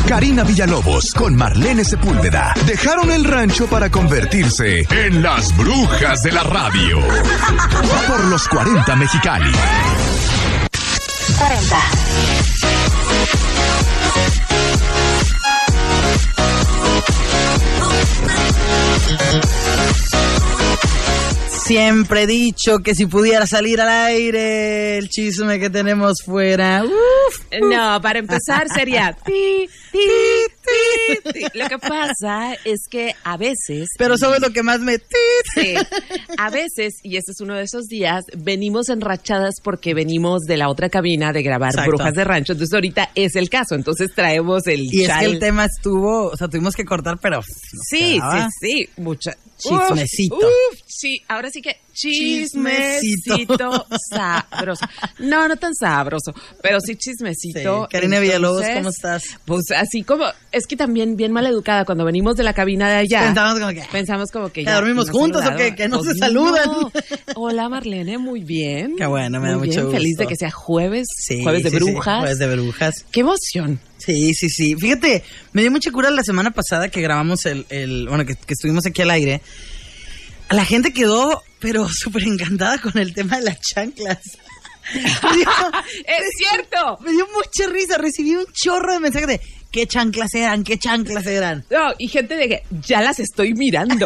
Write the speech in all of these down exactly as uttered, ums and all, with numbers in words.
Karina Villalobos con Marlene Sepúlveda dejaron el rancho para convertirse en las brujas de la radio. Por los cuarenta Mexicali. cuarenta. Siempre he dicho que si pudiera salir al aire el chisme que tenemos fuera. Uf, uf. No, para empezar sería ti, ti, ti, ti. Lo que pasa es que a veces... Pero sabes lo que más me... Sí, a veces, y este es uno de esos días, venimos enrachadas porque venimos de la otra cabina de grabar Exacto. Brujas de Rancho. Entonces ahorita es el caso, entonces traemos el Y chal. es que el tema estuvo... O sea, tuvimos que cortar, pero... Sí, quedaba. sí, sí, mucha... Chismecito. Uf, uf, sí, ahora sí que chismecito, Chismecito. sabroso. No, no tan sabroso, pero sí chismecito. Sí. Karina Villalobos, Entonces, ¿cómo estás? Pues así como, es que también bien mal educada, cuando venimos de la cabina de allá. Pensamos como que... Pensamos como que ¿Que ya. dormimos nos juntos saludado. o que, que no Pues se saludan? no. Hola Marlene, muy bien. Qué bueno, me da Muy mucho bien, Feliz gusto. de que sea jueves, Sí, jueves de sí, sí, brujas. jueves de brujas. Qué emoción. Sí, sí, sí. Fíjate, me dio mucha cura la semana pasada que grabamos el... el bueno, que, que estuvimos aquí al aire. La gente quedó, pero súper encantada con el tema de las chanclas. Me dio- ¡Es cierto! Me dio mucha risa. Recibí un chorro de mensajes de qué chanclas eran, qué chanclas eran. No, y gente de que ya las estoy mirando.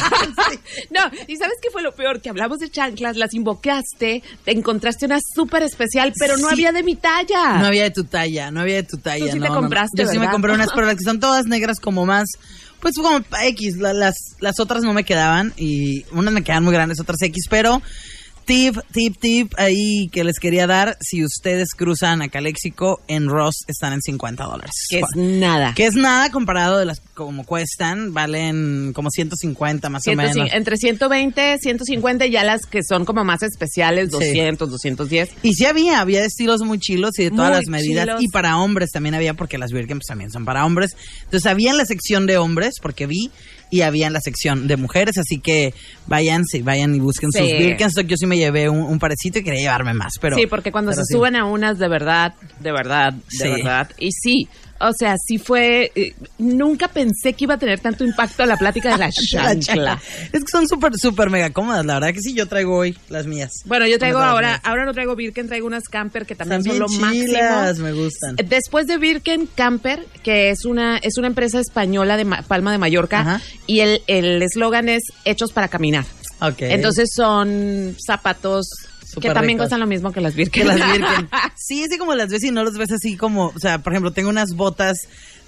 No, y ¿sabes qué fue lo peor? Que hablamos de chanclas, las invocaste, te encontraste una súper especial, pero no Sí. había de mi talla. No había de tu talla, no había de tu talla. Tú sí no, te no. compraste, Yo sí me ¿verdad? compré unas, pero las que son todas negras como más... Pues como X, la- las, las otras no me quedaban y unas me quedan muy grandes, otras X, pero tip, tip, tip ahí que les quería dar, si ustedes cruzan a Calexico, en Ross están en cincuenta dólares. Que es nada. Que es nada comparado de las como cuestan, valen como ciento cincuenta más ciento o menos. Entre ciento veinte, ciento cincuenta y ya las que son como más especiales, Sí. doscientos, doscientos diez. Y sí había, había estilos muy chilos y de todas Muy las medidas. chilos. Y para hombres también había, porque las Birken pues, también son para hombres. Entonces había en la sección de hombres, porque vi, y había en la sección de mujeres. Así que vayan, sí, vayan y busquen Sí. sus Birkens. Yo sí me llevé un, un parecito y quería llevarme más. Pero, Sí, porque cuando pero se sí. suben a unas de verdad, de verdad, de Sí. verdad. Y sí, o sea, sí fue... eh, nunca pensé que iba a tener tanto impacto la plática de la La chancla. chancla. Es que son súper, súper mega cómodas. La verdad que sí, yo traigo hoy las mías. Bueno, yo traigo Unas de las ahora, mías. ahora no traigo Birken, traigo unas Camper que también Están son bien lo chilas, máximo. me gustan. Después de Birken, Camper, que es una es una empresa española de Ma- Palma de Mallorca, Ajá. y el el eslogan es hechos para caminar. Ok. Entonces son zapatos Súper que también ricos. cuestan lo mismo que las Birken. Que las Birken. Sí, así como las ves y no las ves así como, o sea, por ejemplo, tengo unas botas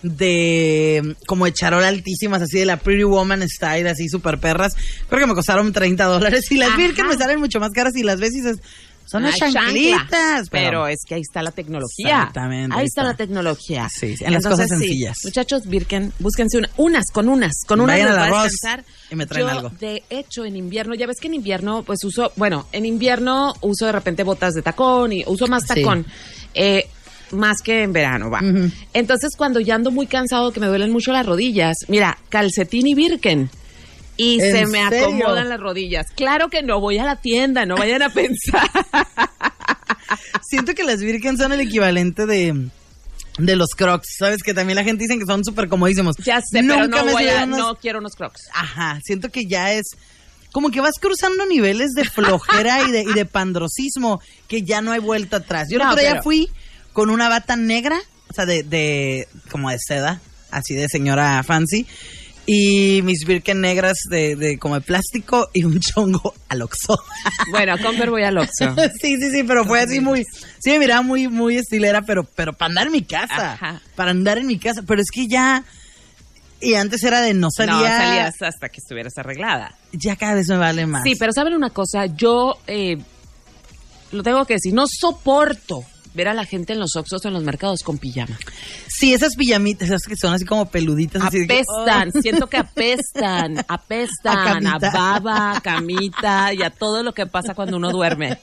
de como de charol altísimas, así de la Pretty Woman style, así súper perras. Creo que me costaron treinta dólares y las Ajá. Birken me salen mucho más caras y las ves y dices, son las Ay, chancla. chanclitas. Pero es que ahí está la tecnología. Exactamente, Ahí ahí está está. la tecnología. Sí, sí, en las cosas sí, sencillas. muchachos, Birken, búsquense una, unas, con unas, con unas Vayan les a la va a Ross descansar. y me traen Yo, algo. de hecho, en invierno, ya ves que en invierno, pues uso, bueno, en invierno uso de repente botas de tacón y uso más Sí. tacón. Eh, más que en verano, va. Ujú. Entonces, cuando ya ando muy cansado, que me duelen mucho las rodillas, mira, calcetín y Birken. Y ¿En se me serio? acomodan las rodillas. Claro que no, voy a la tienda, no vayan a pensar. Siento que las Birken son el equivalente de de los Crocs, ¿sabes? Que también la gente dice que son súper comodísimos. Ya sé, Nunca pero no, me voy a, subieron unos- no quiero unos Crocs. Ajá, siento que ya es como que vas cruzando niveles de flojera y de, y de pandrosismo que ya no hay vuelta atrás. Yo el No, otro día pero- fui con una bata negra, o sea, de, de como de seda, así de señora fancy, y mis Birken negras de, de como de plástico y un chongo al Oxxo. Bueno, a Conver voy al Oxxo. Sí, sí, sí, pero fue así muy, sí me miraba muy, muy estilera, pero, pero para andar en mi casa, Ajá. para andar en mi casa, pero es que ya, y antes era de no salía, No, salías hasta que estuvieras arreglada. ya cada vez me vale más. Sí, pero ¿saben una cosa? Yo, eh, lo tengo que decir, no soporto ver a la gente en los Oxxos o en los mercados con pijama. Sí, esas pijamitas, esas que son así como peluditas. Así de que, Apestan, oh. siento que apestan, apestan A a, camita. baba, a camita y a todo lo que pasa cuando uno duerme.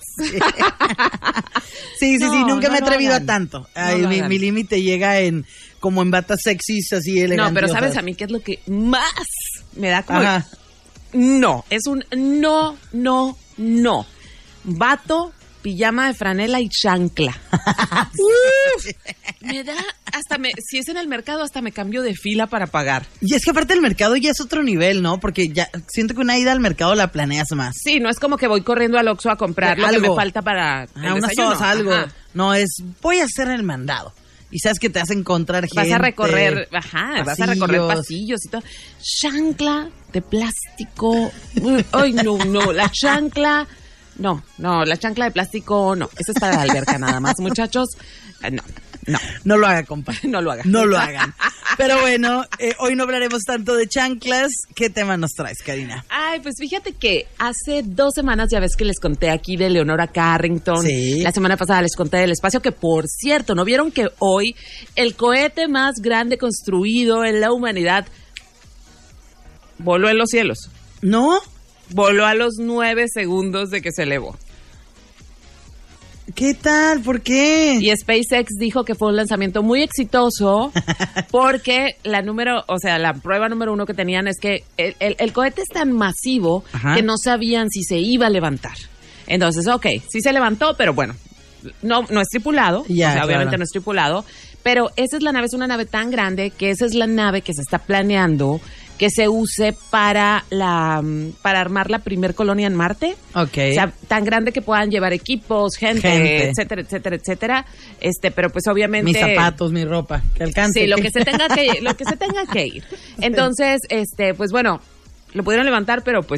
Sí, sí, sí, No, nunca no me he lo atrevido hagan. a tanto. No Ay, lo mi, hagan. mi límite llega en como en batas sexys, así elegantes. No, pero ¿sabes a mí qué es lo que más me da como... Ajá. No, es un no, no, no. Vato, pijama de franela y chancla. Uf, me da, hasta me, si es en el mercado, hasta me cambio de fila para pagar. Y es que aparte el mercado ya es otro nivel, ¿no? Porque ya siento que una ida al mercado la planeas más. Sí, no es como que voy corriendo al Oxxo a comprar lo algo. que me falta para el Ah, unas desayuno. cosas, algo. Ajá. No, es voy a hacer el mandado. Y sabes que te vas a encontrar gente. Vas a recorrer, ajá, vas a recorrer pasillos. pasillos y todo. Chancla de plástico. Ay, no, no, la chancla. No, no, la chancla de plástico no. Eso es para la alberca nada más, muchachos. Eh, No, no. No lo haga, compa. No lo haga. No lo hagan. Pero bueno, eh, hoy no hablaremos tanto de chanclas. ¿Qué tema nos traes, Karina? Ay, pues fíjate que hace dos semanas ya ves que les conté aquí de Leonora Carrington. Sí. La semana pasada les conté del espacio, que por cierto, ¿no vieron que hoy el cohete más grande construido en la humanidad voló en los cielos? ¿No? Voló a los nueve segundos de que se elevó. ¿Qué tal? ¿Por qué? Y SpaceX dijo que fue un lanzamiento muy exitoso porque la número, o sea, la prueba número uno que tenían es que el, el, el cohete es tan masivo Ajá. que no sabían si se iba a levantar. Entonces, ok, sí se levantó, pero bueno, no, no es tripulado, Ya, o sea, obviamente claro. no es tripulado, pero esa es la nave, es una nave tan grande que esa es la nave que se está planeando que se use para la para armar la primer colonia en Marte. Ok. O sea, tan grande que puedan llevar equipos, gente, Gente. etcétera, etcétera, etcétera. Este, pero pues obviamente Mis zapatos, mi ropa, que alcance. sí, lo que se tenga que lo que se tenga que ir. Entonces, este, pues bueno, lo pudieron levantar, pero pues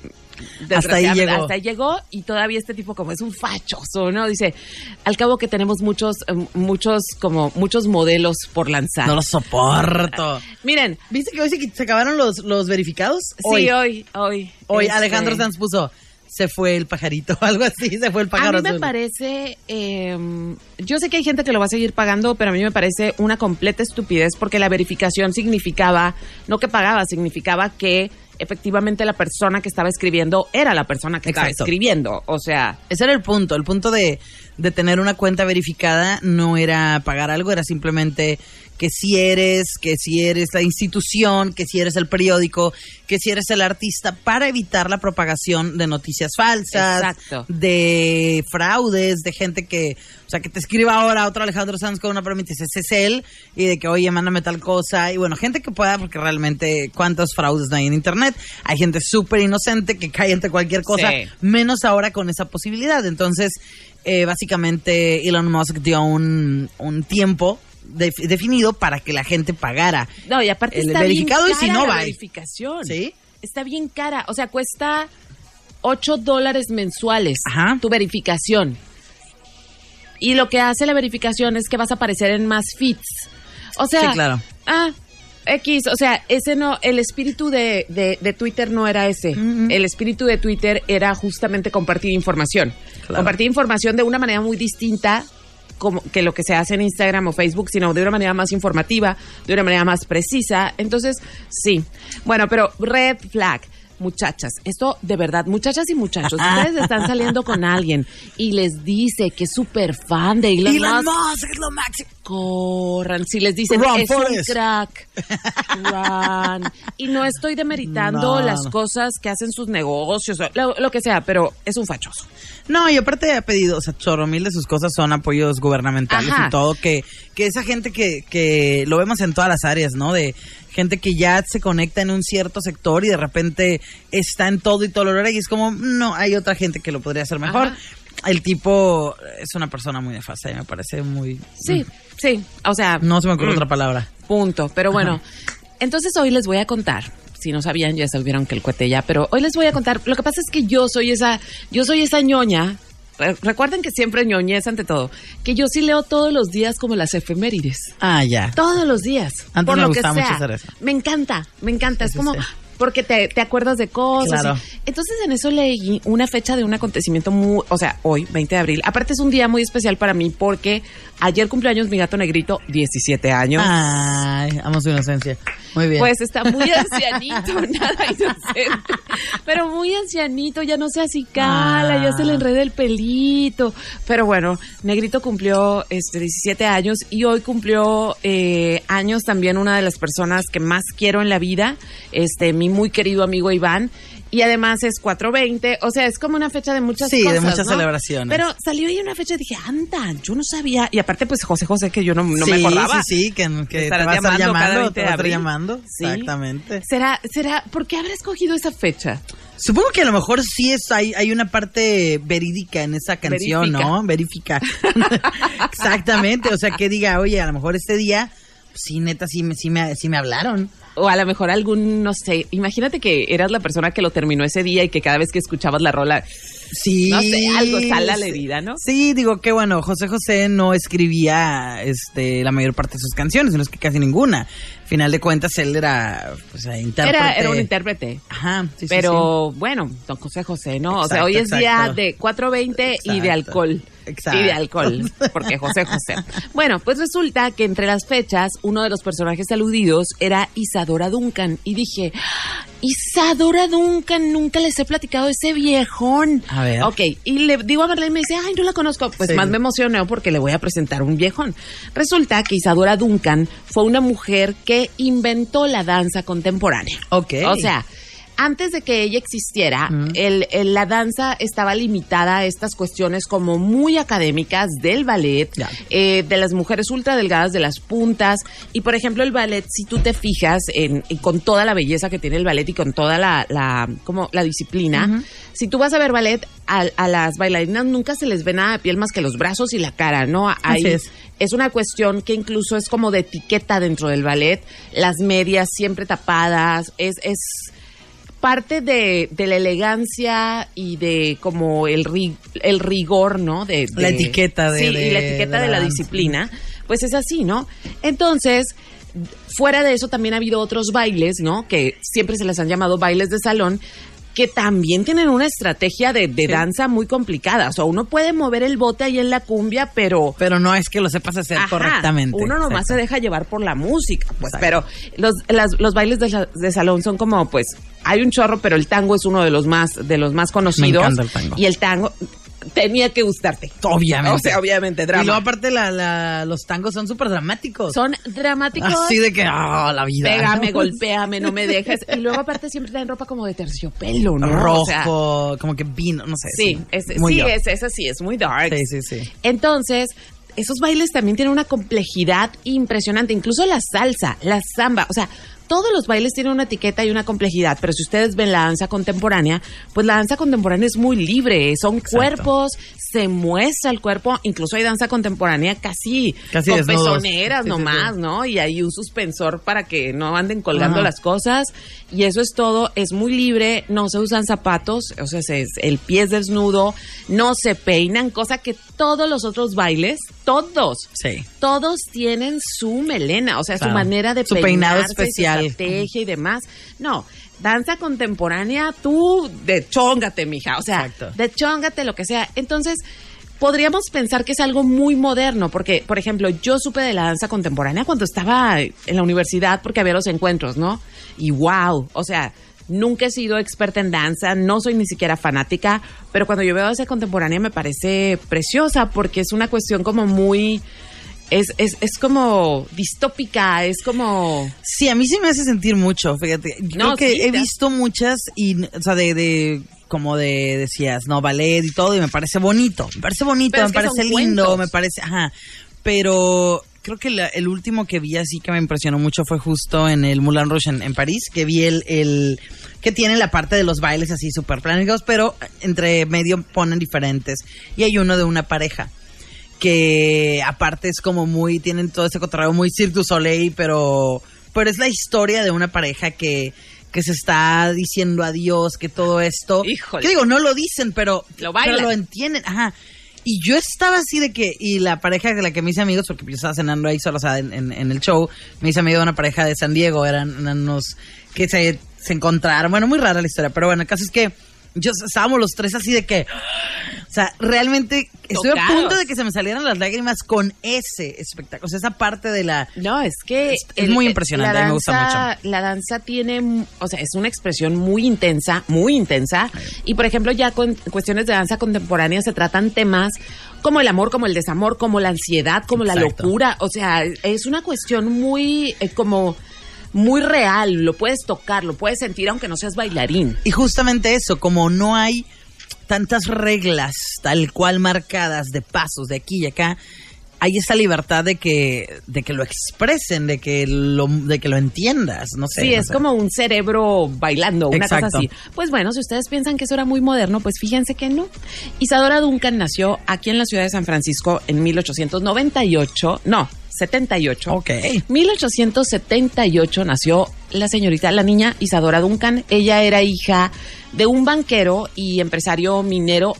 Hasta ahí desgraciadamente, llegó. hasta ahí llegó y todavía este tipo como es un fachoso, ¿no? Dice, al cabo que tenemos muchos eh, muchos como muchos modelos por lanzar. No lo soporto. Miren, ¿Viste que hoy se, se acabaron los, los verificados? sí, hoy, hoy. Hoy este, Alejandro Sanz puso, se fue el pajarito, algo así, se fue el A pájaro mí me azul. parece, eh, yo sé que hay gente que lo va a seguir pagando, pero a mí me parece una completa estupidez porque la verificación significaba, no que pagaba, significaba que efectivamente la persona que estaba escribiendo era la persona que Exacto. estaba escribiendo. O sea, Ese era el punto, el punto de, de tener una cuenta verificada no era pagar algo, era simplemente que si eres, que si eres la institución, que si eres el periódico, que si eres el artista, para evitar la propagación de noticias falsas, Exacto. de fraudes, de gente que, o sea, que te escriba ahora otro Alejandro Sanz con una broma y te dice, ese es él, y de que, oye, mándame tal cosa, y bueno, gente que pueda, porque realmente, ¿cuántos fraudes no hay en internet? Hay gente súper inocente que cae ante cualquier cosa, Sí. menos ahora con esa posibilidad. Entonces, eh, básicamente, Elon Musk dio un, un tiempo de- definido para que la gente pagara no, y aparte el está verificado bien y si cara no, la bye. verificación. ¿Sí? Está bien cara, o sea, cuesta ocho dólares mensuales Ajá. tu verificación. Y lo que hace la verificación es que vas a aparecer en más feeds. O sea, Sí, claro. ah, X, o sea, ese no, el espíritu de, de, de Twitter no era ese. Mm-hmm. El espíritu de Twitter era justamente compartir información. Claro. Compartir información de una manera muy distinta como que lo que se hace en Instagram o Facebook, sino de una manera más informativa, de una manera más precisa. Entonces, sí. Bueno, pero red flag. Muchachas, esto de verdad, muchachas y muchachos, ustedes están saliendo con alguien y les dice que es súper fan de Elon, Elon Musk, Musk es lo máximo. corran. Si les dicen, Run, es Forrest. un crack, run. Y no estoy demeritando No, las no. cosas que hacen sus negocios, o lo, lo que sea, pero es un fachoso. No, y aparte ha pedido, o sea, chorro mil de sus cosas son apoyos gubernamentales Ajá. y todo, que, que esa gente que, que lo vemos en todas las áreas, ¿no? De gente que ya se conecta en un cierto sector y de repente está en todo y todo lo logra y es como, no, hay otra gente que lo podría hacer mejor. Ajá. El tipo es una persona muy nefasta y me parece muy... Sí, sí, o sea... No se me ocurre mm, otra palabra. Punto, pero bueno, entonces hoy les voy a contar, si no sabían ya sabieron que el cohete ya, pero hoy les voy a contar, lo que pasa es que yo soy esa, yo soy esa ñoña, re- recuerden que siempre ñoñez ante todo, que yo sí leo todos los días como las efemérides, Ah, ya. todos los días, Antes por me lo gustaba que mucho sea. hacer eso. Me encanta, me encanta, Sí, es sí, como... sí. Porque te, te acuerdas de cosas. Claro. y- Entonces en eso leí una fecha de un acontecimiento muy, o sea, hoy, veinte de abril. Aparte es un día muy especial para mí porque ayer cumpleaños mi gato Negrito, diecisiete años. Ay, amo su inocencia. Muy bien. Pues está muy ancianito, nada inocente. Pero muy ancianito, ya no se acicala, Ah. ya se le enreda el pelito. Pero bueno, Negrito cumplió este diecisiete años y hoy cumplió eh, años también una de las personas que más quiero en la vida, este mi muy querido amigo Iván. Y además es cuatro veinte, o sea, es como una fecha de muchas sí, cosas, de muchas ¿no? celebraciones. Pero salió ahí una fecha y dije, anda, yo no sabía. Y aparte, pues, José José, que yo no, no sí, me acordaba. Sí, sí, que, que te va a estar llamando, te va a estar llamando. ¿Sí? Exactamente. ¿Será, será, por qué habrá escogido esa fecha? Supongo que a lo mejor sí es, hay, hay una parte verídica en esa canción, Verifica. ¿no? Verifica. Exactamente, o sea, que diga, oye, a lo mejor este día, sí, neta, sí me, sí me, sí me hablaron. O a lo mejor algún, no sé, imagínate que eras la persona que lo terminó ese día y que cada vez que escuchabas la rola, sí, no sé, algo sale a la herida, ¿no? Sí, digo que bueno, José José no escribía este la mayor parte de sus canciones, sino es que casi ninguna. Al final de cuentas, él era, pues, intérprete. Era, era un intérprete. Ajá, sí, Pero sí, sí. bueno, don José José, ¿no? Exacto, o sea, hoy es exacto. día de cuatro veinte y de alcohol. Exacto. Y de alcohol, porque José José. Bueno, pues resulta que entre las fechas, uno de los personajes aludidos era Isadora Duncan. Y dije, Isadora Duncan, nunca les he platicado de ese viejón. A ver. Ok, y le digo a Marlene y me dice, ay, no la conozco. Pues sí. más me emocioné porque le voy a presentar un viejón. Resulta que Isadora Duncan fue una mujer que inventó la danza contemporánea. Ok. O sea, antes de que ella existiera, mm. el, el, la danza estaba limitada a estas cuestiones como muy académicas del ballet, eh, de las mujeres ultra delgadas, de las puntas. Y, por ejemplo, el ballet, si tú te fijas, en, en, con toda la belleza que tiene el ballet y con toda la, la, como la disciplina, uh-huh. si tú vas a ver ballet, a, a las bailarinas nunca se les ve nada de piel más que los brazos y la cara, ¿no? Ahí, Así es. Es una cuestión que incluso es como de etiqueta dentro del ballet. Las medias siempre tapadas, es... es parte de, de la elegancia y de como el ri, el rigor, ¿no? De, de la etiqueta de, sí, de y la etiqueta de, de la, la disciplina, pues es así, ¿no? Entonces, fuera de eso también ha habido otros bailes, ¿no? Que siempre se les han llamado bailes de salón, que también tienen una estrategia de, de sí. danza muy complicada. O sea, uno puede mover el bote ahí en la cumbia, pero... Pero no es que lo sepas hacer Ajá, correctamente. Uno nomás Exacto. se deja llevar por la música, pues. Exacto. Pero los, las, los bailes de, de salón son como, pues, hay un chorro, pero el tango es uno de los más, de los más conocidos. Me encanta el tango. Y el tango... tenía que gustarte. Obviamente. O sea, obviamente, drama. Y luego aparte la, la, los tangos son súper dramáticos. Son dramáticos. Así de que, oh, la vida. Pégame, golpéame, no me dejes. Y luego aparte siempre traen ropa como de terciopelo, ¿no? Rojo, o sea, como que vino, no sé. Sí, es, sí es, es así, es muy dark. Sí, sí, sí. Entonces, esos bailes también tienen una complejidad impresionante. Incluso la salsa, la samba, o sea... Todos los bailes tienen una etiqueta y una complejidad, pero si ustedes ven la danza contemporánea, pues la danza contemporánea es muy libre, son Exacto. cuerpos, se muestra el cuerpo, incluso hay danza contemporánea casi, casi con desnudos. pezoneras sí, nomás, sí, sí. ¿no? Y hay un suspensor para que no anden colgando Ajá. las cosas, y eso es todo, es muy libre, no se usan zapatos, o sea, se, el pie es desnudo, no se peinan, cosa que todos los otros bailes, todos, sí. todos tienen su melena, o sea, claro. su manera de su peinado especial. Estrategia y demás. No, danza contemporánea, tú de chóngate, mija. O sea, Exacto. de chóngate, lo que sea. Entonces, podríamos pensar que es algo muy moderno, porque, por ejemplo, yo supe de la danza contemporánea cuando estaba en la universidad, porque había los encuentros, ¿no? Y wow, o sea... Nunca he sido experta en danza, no soy ni siquiera fanática, pero cuando yo veo danza contemporánea me parece preciosa porque es una cuestión como muy... Es, es, es como distópica, es como... Sí, a mí sí me hace sentir mucho, fíjate. Creo no, que sí, he te... visto muchas, y, o sea, de, de, como de, decías, no, ballet y todo, y me parece bonito, me parece bonito, pero me es que parece son lindo, cuentos. me parece, ajá, pero... Creo que la, el último que vi así que me impresionó mucho fue justo en el Moulin Rouge en, en París, que vi el, el que tiene la parte de los bailes así súper planificados, pero entre medio ponen diferentes. Y hay uno de una pareja que aparte es como muy, tienen todo ese cotorreo muy Cirque du Soleil, pero, pero es la historia de una pareja que... que se está diciendo adiós, que todo esto... Híjole. Que digo, no lo dicen, pero lo bailan. Pero lo entienden, ajá. Y yo estaba así de que, y la pareja de la que me hice amigos, porque yo estaba cenando ahí solo, o sea, en, en, en el show, me hice amigo de una pareja de San Diego, eran, eran unos que se, se encontraron, bueno, muy rara la historia, pero bueno, el caso es que yo estábamos los tres así de que, o sea, realmente estoy Tocados. a punto de que se me salieran las lágrimas con ese espectáculo, o sea, esa parte de la... No, es que... Es, es el, muy impresionante, danza, a mí me gusta mucho. La danza tiene, o sea, es una expresión muy intensa, muy intensa, Ay. y por ejemplo ya con cuestiones de danza contemporánea se tratan temas como el amor, como el desamor, como la ansiedad, como Exacto. la locura, o sea, es una cuestión muy eh, como... muy real, lo puedes tocar, lo puedes sentir aunque no seas bailarín. Y justamente eso, como no hay tantas reglas tal cual marcadas de pasos de aquí y acá, hay esa libertad de que de que lo expresen, de que lo de que lo entiendas, no sé. Sí, no es sé. como un cerebro bailando, una Exacto. cosa así. Pues bueno, si ustedes piensan que eso era muy moderno, pues fíjense que no. Isadora Duncan nació aquí en la ciudad de San Francisco en mil ochocientos noventa y ocho, no, setenta y ocho. Ok. mil ochocientos setenta y ocho nació la señorita, la niña Isadora Duncan. Ella era hija de un banquero y empresario minero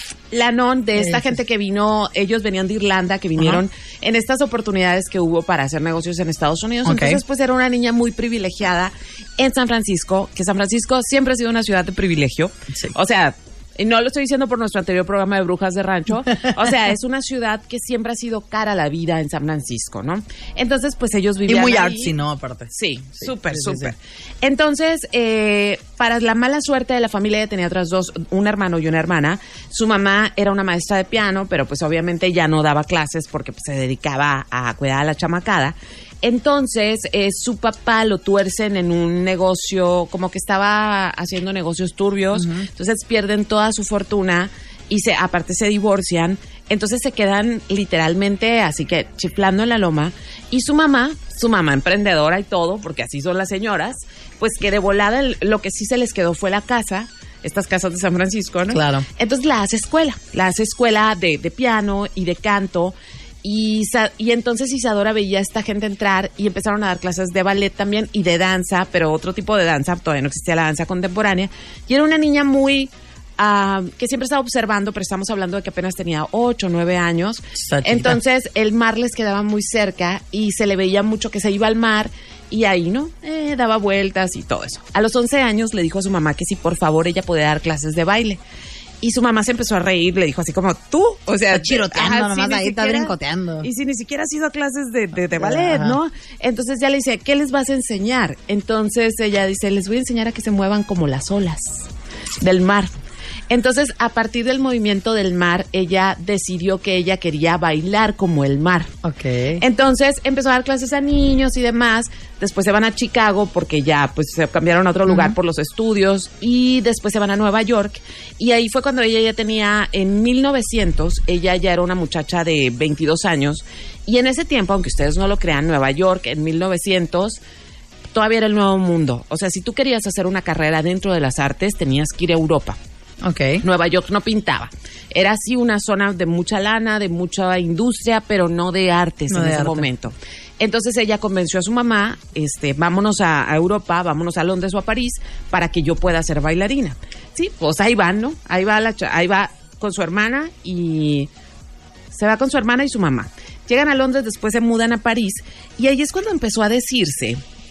Lanón, de esta Sí, gente sí. que vino, ellos venían de Irlanda, que vinieron Ajá. en estas oportunidades que hubo para hacer negocios en Estados Unidos. Ok. Entonces, pues era una niña muy privilegiada en San Francisco, que San Francisco siempre ha sido una ciudad de privilegio. Sí. O sea, y no lo estoy diciendo por nuestro anterior programa de Brujas de Rancho. O sea, es una ciudad que siempre ha sido cara la vida en San Francisco, ¿no? Entonces, pues ellos Y vivían muy ahí. artsy, ¿no? Aparte. Sí, Sí, súper, sí, sí, súper. sí. Entonces, eh, para la mala suerte de la familia, ella tenía otras dos, un hermano y una hermana. Su mamá era una maestra de piano, pero pues obviamente ya no daba clases porque pues, se dedicaba a cuidar a la chamacada. Entonces, eh, su papá lo tuercen en un negocio, como que estaba haciendo negocios turbios, uh-huh. Entonces pierden toda su fortuna y se aparte se divorcian, entonces se quedan literalmente así que chiflando en la loma, y su mamá, su mamá emprendedora y todo, porque así son las señoras, pues que de volada lo que sí se les quedó fue la casa, estas casas de San Francisco, ¿no? Claro. Entonces la hace escuela, la hace escuela de, de piano y de canto. Y, y entonces Isadora veía a esta gente entrar y empezaron a dar clases de ballet también y de danza, pero otro tipo de danza, todavía no existía la danza contemporánea. Y era una niña muy, uh, que siempre estaba observando, pero estamos hablando de que apenas tenía ocho, nueve años. Entonces el mar les quedaba muy cerca y se le veía mucho que se iba al mar y ahí, ¿no? Eh, daba vueltas y todo eso. A los once años le dijo a su mamá que si por favor ella podía dar clases de baile. Y su mamá se empezó a reír, le dijo así como, ¿tú? O sea, está chiroteando, ajá, nomás sí, ahí está siquiera, brincoteando. Y si ni siquiera has ido a clases de, de, de ballet, ajá. ¿No? Entonces ya le dice, ¿qué les vas a enseñar? Entonces ella dice, les voy a enseñar a que se muevan como las olas del mar. Entonces, a partir del movimiento del mar, ella decidió que ella quería bailar como el mar. Ok. Entonces, empezó a dar clases a niños y demás. Después se van a Chicago porque ya pues se cambiaron a otro lugar uh-huh. por los estudios. Y después se van a Nueva York. Y ahí fue cuando ella ya tenía, en mil novecientos, ella ya era una muchacha de veintidós años. Y en ese tiempo, aunque ustedes no lo crean, Nueva York, en mil novecientos... todavía era el nuevo mundo. O sea, si tú querías hacer una carrera dentro de las artes, tenías que ir a Europa. Okay. Nueva York no pintaba. Era así una zona de mucha lana, de mucha industria, pero no de artes no en de ese arte. momento. Entonces ella convenció a su mamá, este, vámonos a, a Europa, vámonos a Londres o a París para que yo pueda ser bailarina. Sí, pues ahí van, ¿no? Ahí va la, ahí va con su hermana y se va con su hermana y su mamá. Llegan a Londres, después se mudan a París y ahí es cuando empezó a decirse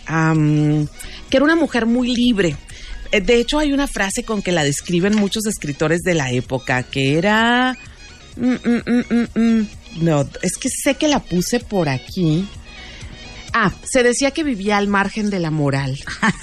um, que era una mujer muy libre. De hecho, hay una frase con que la describen muchos escritores de la época, que era... Mm, mm, mm, mm, mm. No, es que sé que la puse por aquí. Ah, se decía que vivía al margen de la moral.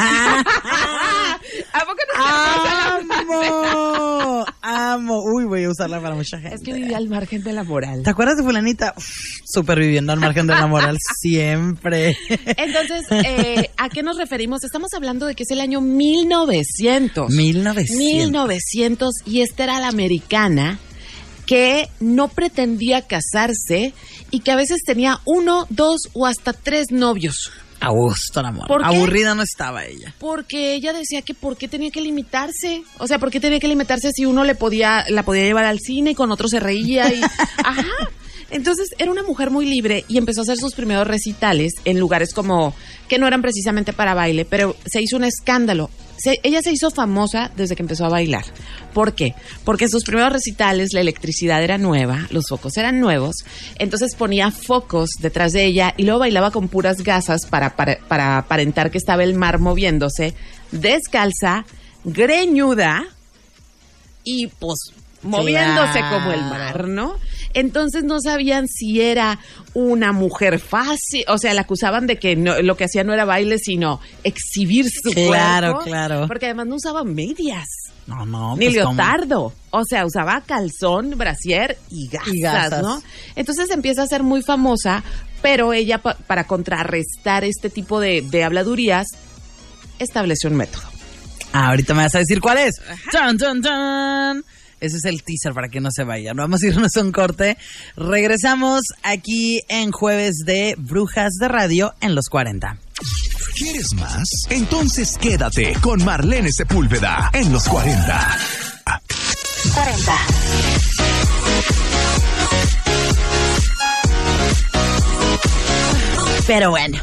¿A poco no ¡Amo! ¡Amo! Uy, voy a usarla para mucha gente. Es que vivía al margen de la moral. ¿Te acuerdas de fulanita? Uf, súper viviendo al margen de la moral siempre. Entonces, eh, ¿a qué nos referimos? Estamos hablando de que es el año mil novecientos. mil novecientos. mil novecientos y esta era la americana que no pretendía casarse y que a veces tenía uno, dos o hasta tres novios. A gusto, el amor. Aburrida no estaba ella. Porque ella decía que por qué tenía que limitarse. O sea, ¿por qué tenía que limitarse si uno le podía, la podía llevar al cine y con otro se reía? Y, ajá. Entonces, era una mujer muy libre y empezó a hacer sus primeros recitales en lugares como, que no eran precisamente para baile, pero se hizo un escándalo. Se, ella se hizo famosa desde que empezó a bailar. ¿Por qué? Porque en sus primeros recitales la electricidad era nueva, los focos eran nuevos, entonces ponía focos detrás de ella y luego bailaba con puras gasas para, para, para aparentar que estaba el mar moviéndose, descalza, greñuda y pues moviéndose claro. como el mar, ¿no? Entonces no sabían si era una mujer fácil, o sea, la acusaban de que no, lo que hacía no era baile, sino exhibir su claro, cuerpo. Claro, claro. Porque además no usaba medias. No, no. Ni pues, leotardo. ¿cómo? O sea, usaba calzón, brasier y gasas, Y gasas, ¿no? Entonces empieza a ser muy famosa, pero ella, pa- para contrarrestar este tipo de, de habladurías, estableció un método. Ah, ahorita me vas a decir cuál es. ¡Tan, tan, tan! Ese es el teaser para que no se vayan. Vamos a irnos a un corte. Regresamos aquí en Jueves de Brujas de Radio en los cuarenta. ¿Quieres más? Entonces quédate con Marlene Sepúlveda en los cuarenta. cuarenta. Pero bueno.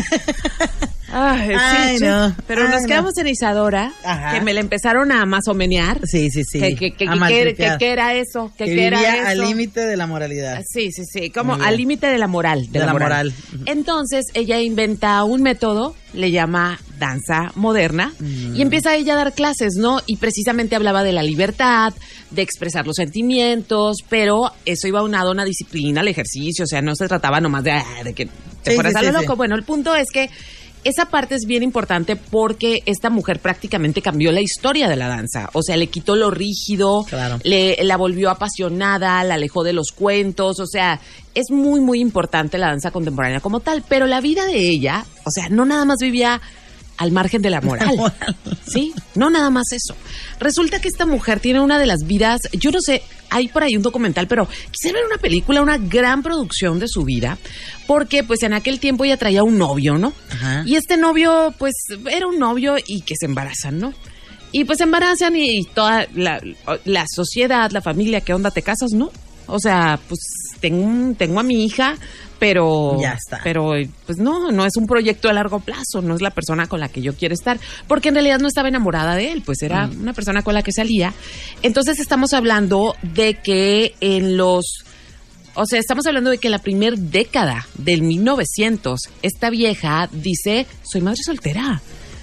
Ay, sí, Ay, sí. no. Pero Ay, nos no. quedamos en Isadora, Ajá. que me la empezaron a masomenear. Sí, sí, sí. Que, que, que, A que, que, maltripear. que era eso, que, Que que era vivía eso. al límite de la moralidad. Sí, sí, sí, como Muy bien. al límite de la moral. De, De la, la moral. moral. Entonces ella inventa un método, le llama danza moderna, Mm. y empieza ella a dar clases, ¿no? Y precisamente hablaba de la libertad, de expresar los sentimientos, pero eso iba unado a una disciplina, al ejercicio, o sea, no se trataba nomás de, ah, de que te Sí, fueras sí, a lo sí, loco. sí. Bueno, el punto es que esa parte es bien importante porque esta mujer prácticamente cambió la historia de la danza. O sea, le quitó lo rígido, Claro. le, la volvió apasionada, la alejó de los cuentos. O sea, es muy, muy importante la danza contemporánea como tal. Pero la vida de ella, o sea, no nada más vivía al margen de la moral. Sí, no nada más eso. Resulta que esta mujer tiene una de las vidas, yo no sé, hay por ahí un documental, pero quisiera ver una película, una gran producción de su vida, porque pues en aquel tiempo ella traía un novio, ¿no? Ajá. Y este novio, pues era un novio y que se embarazan, ¿no? Y pues se embarazan y toda la, la sociedad, la familia, ¿qué onda? ¿Te casas? No. O sea, pues tengo, tengo a mi hija, pero Ya está. pero pues no, no es un proyecto a largo plazo, no es la persona con la que yo quiero estar, porque en realidad no estaba enamorada de él, pues era Mm. una persona con la que salía. Entonces estamos hablando de que en los, o sea, estamos hablando de que en la primer década del mil novecientos, esta vieja dice, soy madre soltera.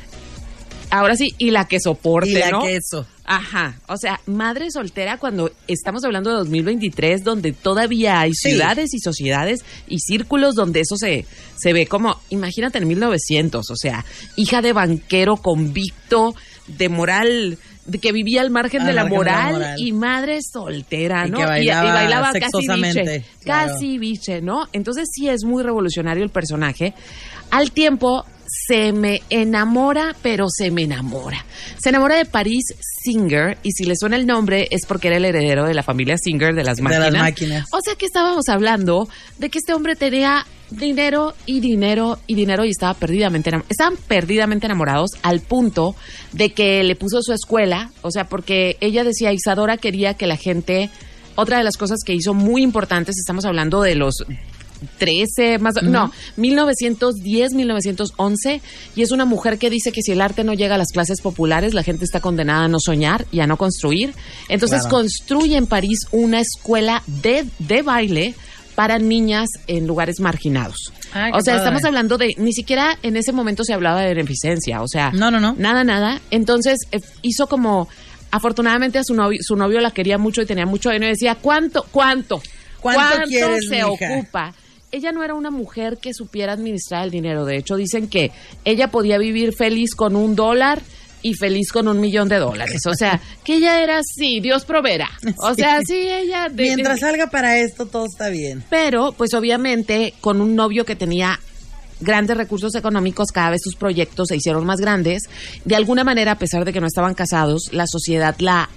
Ahora sí, y la que soporte, Y la ¿no? que eso. Ajá, o sea, madre soltera cuando estamos hablando de dos mil veintitrés, donde todavía hay Sí. ciudades y sociedades y círculos donde eso se, se ve como, imagínate en mil novecientos, o sea, hija de banquero convicto, de moral, de que vivía al margen Al de la margen de la moral, moral. y madre soltera, Y ¿no? que bailaba y, y bailaba casi sexosamente, biche, claro. casi biche, ¿no? Entonces sí es muy revolucionario el personaje. Al tiempo se me enamora, pero se me enamora. Se enamora de Paris Singer, y si le suena el nombre es porque era el heredero de la familia Singer de las De máquinas. las máquinas. O sea que estábamos hablando de que este hombre tenía dinero y dinero y dinero y estaba perdidamente enam- estaban perdidamente enamorados al punto de que le puso su escuela, o sea, porque ella decía, Isadora quería que la gente, otra de las cosas que hizo muy importantes, estamos hablando de los trece, más, uh-huh. no, mil novecientos diez, mil novecientos once, y es una mujer que dice que si el arte no llega a las clases populares, la gente está condenada a no soñar y a no construir. Entonces Claro. construye en París una escuela de, de baile para niñas en lugares marginados. Ah, o qué sea, padre. estamos hablando de, ni siquiera en ese momento se hablaba de beneficencia, o sea, No, no, no. nada, nada. Entonces eh, hizo como, afortunadamente a su novio, su novio la quería mucho y tenía mucho dinero y decía, ¿cuánto, cuánto? ¿Cuánto quieres, se mija? ocupa? Ella no era una mujer que supiera administrar el dinero. De hecho, dicen que ella podía vivir feliz con un dólar y feliz con un millón de dólares. O sea, que ella era así, Dios proveerá. O Sí. sea, sí, ella... de- Mientras de- salga para esto, todo está bien. Pero, pues obviamente, con un novio que tenía grandes recursos económicos, cada vez sus proyectos se hicieron más grandes. De alguna manera, a pesar de que no estaban casados, la sociedad la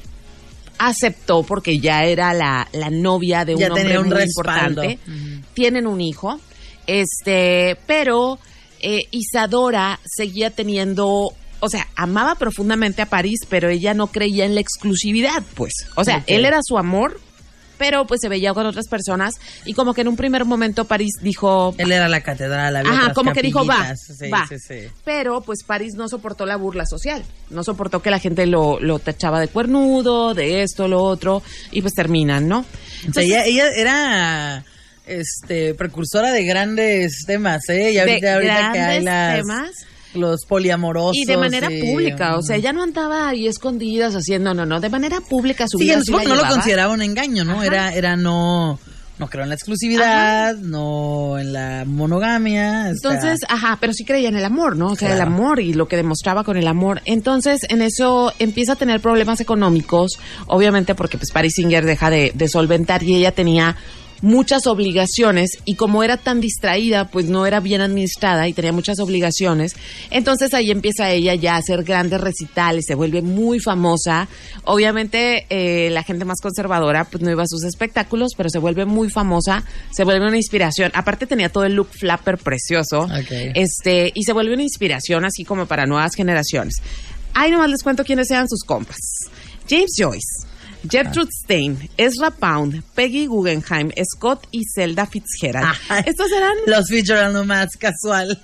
aceptó porque ya era la, la novia de un Ya hombre tenía un muy respaldo. importante. Tienen un hijo, este, pero eh, Isadora seguía teniendo, o sea, amaba profundamente a París, pero ella no creía en la exclusividad, pues. O sea, Ok. él era su amor, pero pues se veía con otras personas y como que en un primer momento París dijo... Él era la catedral, había Ajá, otras como que dijo, va, capillitas. Sí, va. sí, sí. Pero pues París no soportó la burla social, no soportó que la gente lo, lo tachaba de cuernudo, de esto, lo otro, y pues terminan, ¿no? O sea, Entonces, ella, ella era este precursora de grandes temas, ¿eh? Y de ahorita, ahorita que hay grandes las, temas los poliamorosos. y de manera y- pública, o sea, ya no andaba ahí escondidas haciendo, no, no, de manera pública su Sí, vida que sí supongo la que no lo llevaba. consideraba un engaño, ¿no? Ajá. Era, era no No creo en la exclusividad, ajá. no en la monogamia. Entonces, o sea, ajá, pero sí creía en el amor, ¿no? O sea, claro. el amor y lo que demostraba con el amor. Entonces, en eso empieza a tener problemas económicos, obviamente porque pues Paris Singer deja de, de solventar y ella tenía muchas obligaciones y como era tan distraída, pues no era bien administrada y tenía muchas obligaciones. Entonces ahí empieza ella ya a hacer grandes recitales, se vuelve muy famosa. Obviamente eh, la gente más conservadora pues no iba a sus espectáculos, pero se vuelve muy famosa, se vuelve una inspiración. Aparte tenía todo el look flapper precioso, okay. este y se vuelve una inspiración así como para nuevas generaciones. Ahí nomás les cuento quiénes eran sus compas. James Joyce, Gertrude ah. Stein, Ezra Pound, Peggy Guggenheim, Scott y Zelda Fitzgerald. Ah, estos eran... Los Fitzgerald nomás, casual.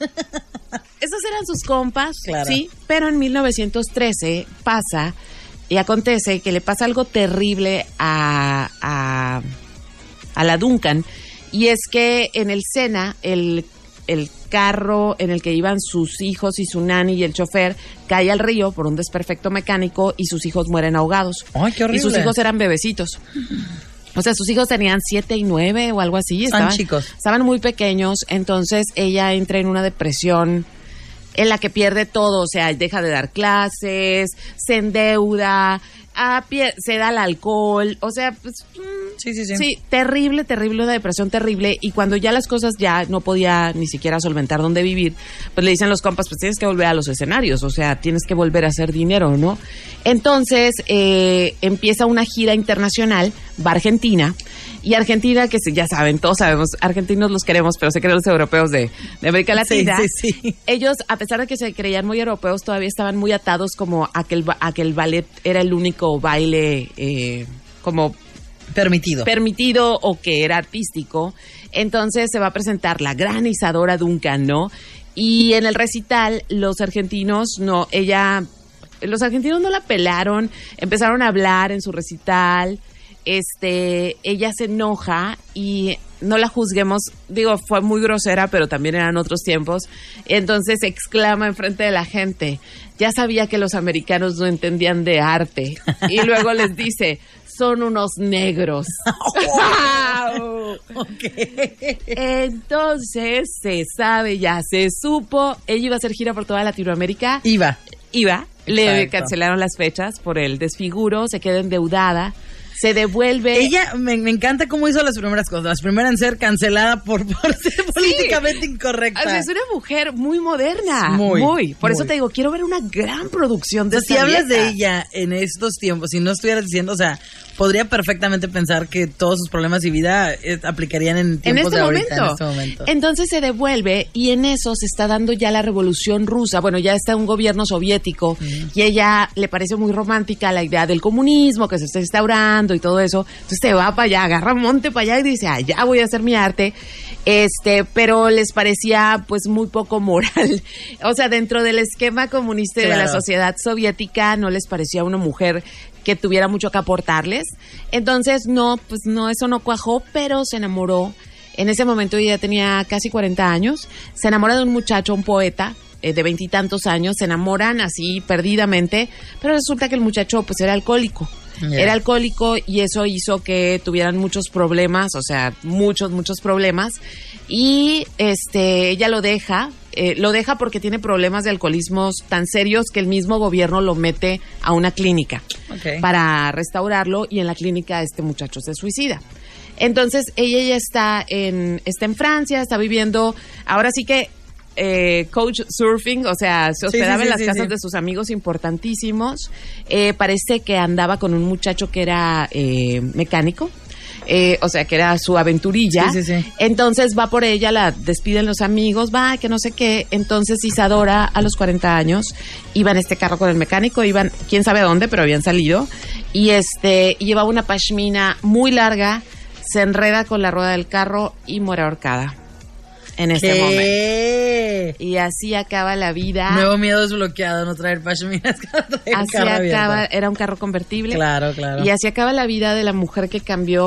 Estos eran sus compas, claro. sí, pero en mil novecientos trece pasa y acontece que le pasa algo terrible a, a, a la Duncan, y es que en el Sena, el... el carro en el que iban sus hijos y su nani y el chofer cae al río por un desperfecto mecánico y sus hijos mueren ahogados. ¡Ay, qué horrible! Y sus hijos eran bebecitos. O sea, sus hijos tenían siete y nueve o algo así. Estaban chicos. Estaban muy pequeños, entonces ella entra en una depresión en la que pierde todo, o sea, deja de dar clases, se endeuda, a pie, se da el alcohol, o sea, pues... Sí, sí, sí. Sí, terrible, terrible, una depresión terrible. Y cuando ya las cosas ya no podía ni siquiera solventar dónde vivir, pues le dicen los compas, pues tienes que volver a los escenarios, o sea, tienes que volver a hacer dinero, ¿no? Entonces, eh, empieza una gira internacional, va a Argentina, y Argentina, que ya saben, todos sabemos, argentinos los queremos, pero se creen los europeos de, de América Latina. Sí, sí, sí. Ellos, a pesar de que se creían muy europeos, todavía estaban muy atados como a que el, a que el ballet era el único baile eh, como... Permitido. Permitido o que era artístico. Entonces se va a presentar la gran Isadora Duncan, ¿no? Y en el recital, los argentinos, no, ella, los argentinos no la pelaron, empezaron a hablar en su recital, este, ella se enoja y no la juzguemos, digo, fue muy grosera, pero también eran otros tiempos, entonces exclama enfrente de la gente, ya sabía que los americanos no entendían de arte, y luego les dice, son unos negros. Oh, okay. Entonces, se sabe, ya se supo, ella iba a hacer gira por toda Latinoamérica. Iba. Iba, le Exacto. cancelaron las fechas por el desfiguro, se queda endeudada. Se devuelve. Ella, me, me encanta cómo hizo las primeras cosas. Las primeras en ser cancelada por, por ser sí. políticamente incorrecta. O sea, es una mujer muy moderna. Muy. muy. Por muy. eso te digo, quiero ver una gran producción de o sea, esta si hablas vieja. de ella en estos tiempos, si no estuvieras diciendo, o sea, podría perfectamente pensar que todos sus problemas y vida eh, aplicarían en tiempos en este de momento. ahorita, en este momento. Entonces se devuelve y en eso se está dando ya la revolución rusa. Bueno, ya está un gobierno soviético mm. y ella le parece muy romántica la idea del comunismo que se está instaurando y todo eso. Entonces se va para allá, agarra monte para allá y dice, allá voy a hacer mi arte. Este, pero les parecía pues muy poco moral. O sea, dentro del esquema comunista claro. de la sociedad soviética no les parecía una mujer que tuviera mucho que aportarles. Entonces, no, pues no, eso no cuajó, pero se enamoró. En ese momento ella tenía casi cuarenta años. Se enamora de un muchacho, un poeta, eh, de veintitantos años. Se enamoran así perdidamente, pero resulta que el muchacho pues era alcohólico. Yeah. Era alcohólico y eso hizo que tuvieran muchos problemas, o sea, muchos, muchos problemas. Y este, ella lo deja, eh, lo deja porque tiene problemas de alcoholismo tan serios que el mismo gobierno lo mete a una clínica okay. para restaurarlo y en la clínica este muchacho se suicida. Entonces ella ya está en, está en Francia, está viviendo, ahora sí que Eh, coach surfing, o sea, se hospedaba sí, sí, en las sí, casas sí. de sus amigos importantísimos. Eh, parece que andaba con un muchacho que era eh, mecánico, eh, o sea, que era su aventurilla. Sí, sí, sí. Entonces va por ella, la despiden los amigos, va, que no sé qué. Entonces Isadora, a los cuarenta años, iba en este carro con el mecánico, iban, quién sabe dónde, pero habían salido. Y este, y llevaba una pashmina muy larga, se enreda con la rueda del carro y muere ahorcada. En ese ¿Qué? momento. Y así acaba la vida. Nuevo miedo desbloqueado, no traer pashminas. Así acaba, era un carro convertible. Claro, claro. Y así acaba la vida de la mujer que cambió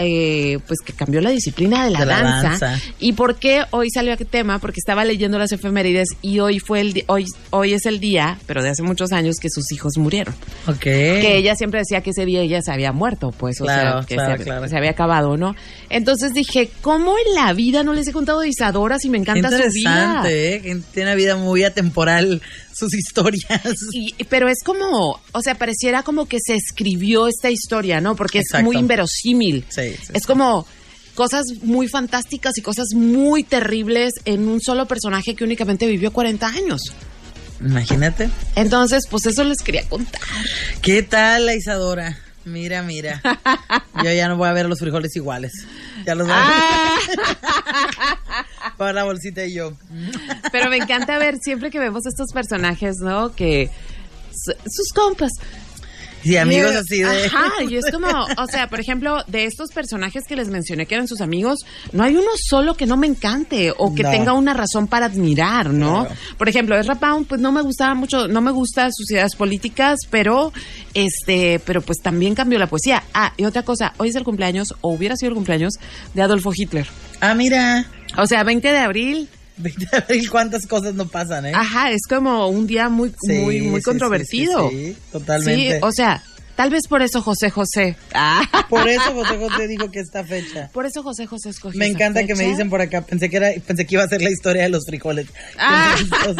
eh, pues que cambió la disciplina de la, De la danza. danza. ¿Y por qué hoy salió aquel tema? Porque estaba leyendo las efemérides y hoy fue el di- hoy hoy es el día, pero de hace muchos años, que sus hijos murieron. Ok. Que ella siempre decía que ese día ella se había muerto, pues, Claro, o sea, que claro, se, claro. se había acabado, ¿no? Entonces dije, ¿cómo en la vida no les he contado de Isadora si me Qué encanta su vida? interesante, ¿eh? Que tiene una vida muy atemporal, sus historias. Y, pero es como, o sea, pareciera como que se escribió esta historia, ¿no? Porque Exacto. es muy inverosímil. Sí, sí, es sí. como cosas muy fantásticas y cosas muy terribles en un solo personaje que únicamente vivió cuarenta años. Imagínate. Entonces, pues eso les quería contar. ¿Qué tal la Isadora? Mira, mira. Yo ya no voy a ver los frijoles iguales. Ya los voy a ver. Para la bolsita y yo. Pero me encanta ver siempre que vemos estos personajes, ¿no? Que su- sus compas. Y amigos Y- así de... Ajá, y es como, o sea, por ejemplo, de estos personajes que les mencioné que eran sus amigos, no hay uno solo que no me encante o que No. tenga una razón para admirar, ¿no? Claro. Por ejemplo, Ezra Pound, pues no me gustaba mucho, no me gustan sus ideas políticas, pero este, pero pues también cambió la poesía. Ah, y otra cosa, hoy es el cumpleaños, o hubiera sido el cumpleaños, de Adolfo Hitler. Ah, mira. O sea, veinte de abril, veinte de abril, cuántas cosas no pasan, ¿eh? ajá, es como un día muy, Sí, muy, muy sí, controvertido. sí, sí, sí, totalmente. Sí, o sea, tal vez por eso José José. Ah. Por eso José José dijo que esta fecha. Por eso José José escogió Me esa encanta que me fecha. dicen por acá, pensé que era, pensé que iba a ser la historia de los frijoles. Ah.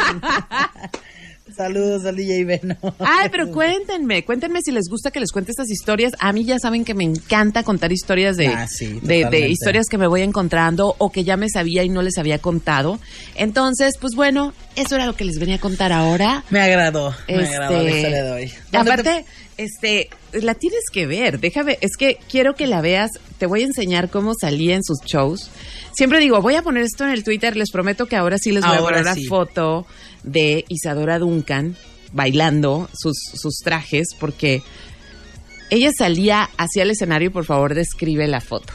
Saludos al D J Beno. Ay, pero cuéntenme, cuéntenme si les gusta que les cuente estas historias. A mí ya saben que me encanta contar historias de, Ah, sí, de, de totalmente. historias que me voy encontrando o que ya me sabía y no les había contado. Entonces, pues bueno, eso era lo que les venía a contar ahora. Me agradó, me Este, agradó la historia de hoy. ¿Dónde Aparte, este, la tienes que ver, déjame, es que quiero que la veas, te voy a enseñar cómo salía en sus shows. Siempre digo, voy a poner esto en el Twitter, les prometo que ahora sí les voy Ahora a poner sí. la foto de Isadora Duncan bailando sus, sus trajes, porque ella salía hacia el escenario y por favor describe la foto.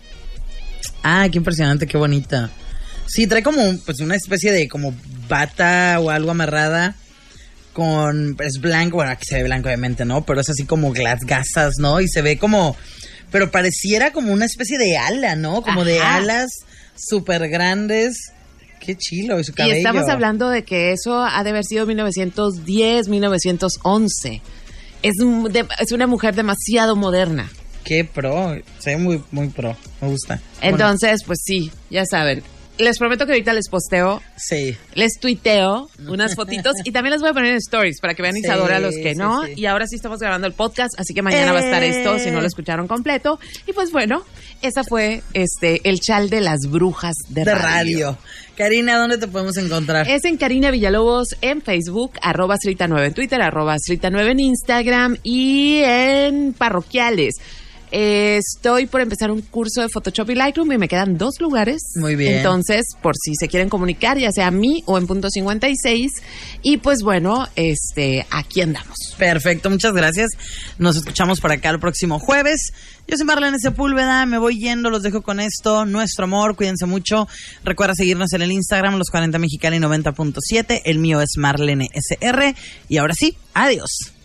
Ah, qué impresionante, qué bonita. Sí, trae como pues una especie de como bata o algo amarrada con, es blanco, bueno, aquí se ve blanco obviamente, ¿no? Pero es así como las gasas, ¿no? Y se ve como, pero pareciera como una especie de ala, ¿no? Como de Ajá. alas súper grandes. Qué chilo, y su cabello. Y estamos hablando de que eso ha de haber sido mil novecientos diez, mil novecientos once. Es, un- de- es una mujer demasiado moderna. Qué pro, se ve muy, muy pro, me gusta. Entonces, pues sí, ya saben. Les prometo que ahorita les posteo, Bueno, sí. les tuiteo unas fotitos y también las voy a poner en stories para que vean Sí, Isadora los que sí, no. sí. Y ahora sí estamos grabando el podcast, así que mañana va a estar esto si no lo Eh. escucharon completo. Y pues bueno, esa fue este el chal de las brujas de, De radio. radio. Karina, ¿dónde te podemos encontrar? Es en Karina Villalobos en Facebook, arroba Srita nueve en Twitter, arroba Srita nueve en Instagram y en Parroquiales. Eh, estoy por empezar un curso de Photoshop y Lightroom y me quedan dos lugares. Muy bien. Entonces, por si se quieren comunicar, ya sea a mí o en punto cincuenta y seis. Y pues bueno, este, aquí andamos. Perfecto, muchas gracias. Nos escuchamos por acá el próximo jueves. Yo soy Marlene Sepúlveda, me voy yendo, los dejo con esto. Nuestro amor, cuídense mucho. Recuerda seguirnos en el Instagram, los cuarenta Mexicali noventa punto siete. El mío es Marlene S R. Y ahora sí, adiós.